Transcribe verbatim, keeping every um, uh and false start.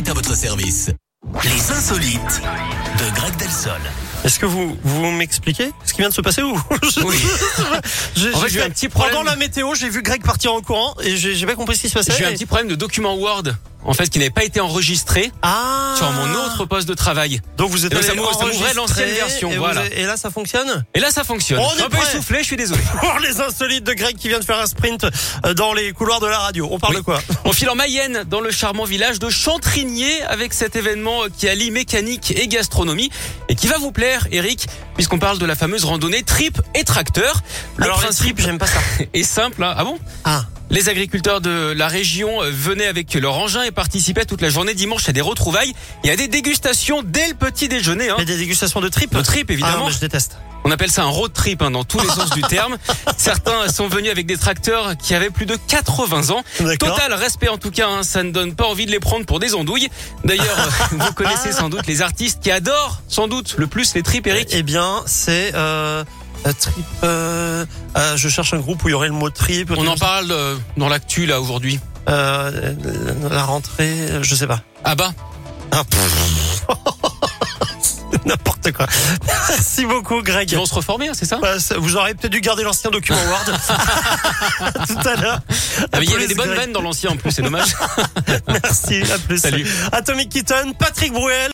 est à votre service. Les insolites de Greg Delsol. Est-ce que vous vous m'expliquez ce qui vient de se passer ou Oui. j'ai, En fait, j'ai j'ai eu un petit problème. Pendant la météo, j'ai vu Greg partir en courant et j'ai, j'ai pas compris ce qui se passait. J'ai eu un petit problème de document Word, en fait, qui n'avait pas été enregistré ah sur mon autre poste de travail. Donc vous êtes Et allé ça m'ouvrait- ça m'ouvrait l'ancienne enregistrer version, et, voilà. vous- et là ça fonctionne. Et là, ça fonctionne. On Je suis est un peu prêt. essoufflé, je suis désolé. Pour les insolites de Greg qui vient de faire un sprint euh, dans les couloirs de la radio. On parle Oui. de quoi? On file en Mayenne, dans le charmant village de Chantrigné, avec cet événement qui allie mécanique et gastronomie, et qui va vous plaire, Eric, puisqu'on parle de la fameuse randonnée trip et tracteur. Le Alors les principe tripes, j'aime pas ça. est simple, hein. Ah bon? Ah. Les agriculteurs de la région venaient avec leur engin et participaient toute la journée dimanche à des retrouvailles et à des dégustations dès le petit déjeuner. Hein. Mais des dégustations de tripes. De tripes, évidemment. Ah, mais je déteste. On appelle ça un road trip hein, dans tous les sens du terme. Certains sont venus avec des tracteurs qui avaient plus de quatre-vingts ans. D'accord. Total respect en tout cas, hein, ça ne donne pas envie de les prendre pour des andouilles. D'ailleurs, vous connaissez sans doute les artistes qui adorent sans doute le plus les tripes, Eric. Eh bien, c'est euh, euh, trip. Euh, euh, je cherche un groupe où il y aurait le mot trip. On en parle euh, dans l'actu là aujourd'hui. Euh, la rentrée, je sais pas. Ah bah, Ah, pff. N'importe quoi. Merci beaucoup, Greg. ils vont se reformer, hein, c'est ça? Bah, ça- Vous auriez peut-être dû garder l'ancien document Word tout à l'heure. Ah, mais il y À avait plus, des bonnes Greg. vannes dans l'ancien en plus, c'est dommage. Merci, à plus. Salut. Atomic Kitten, Patrick Bruel.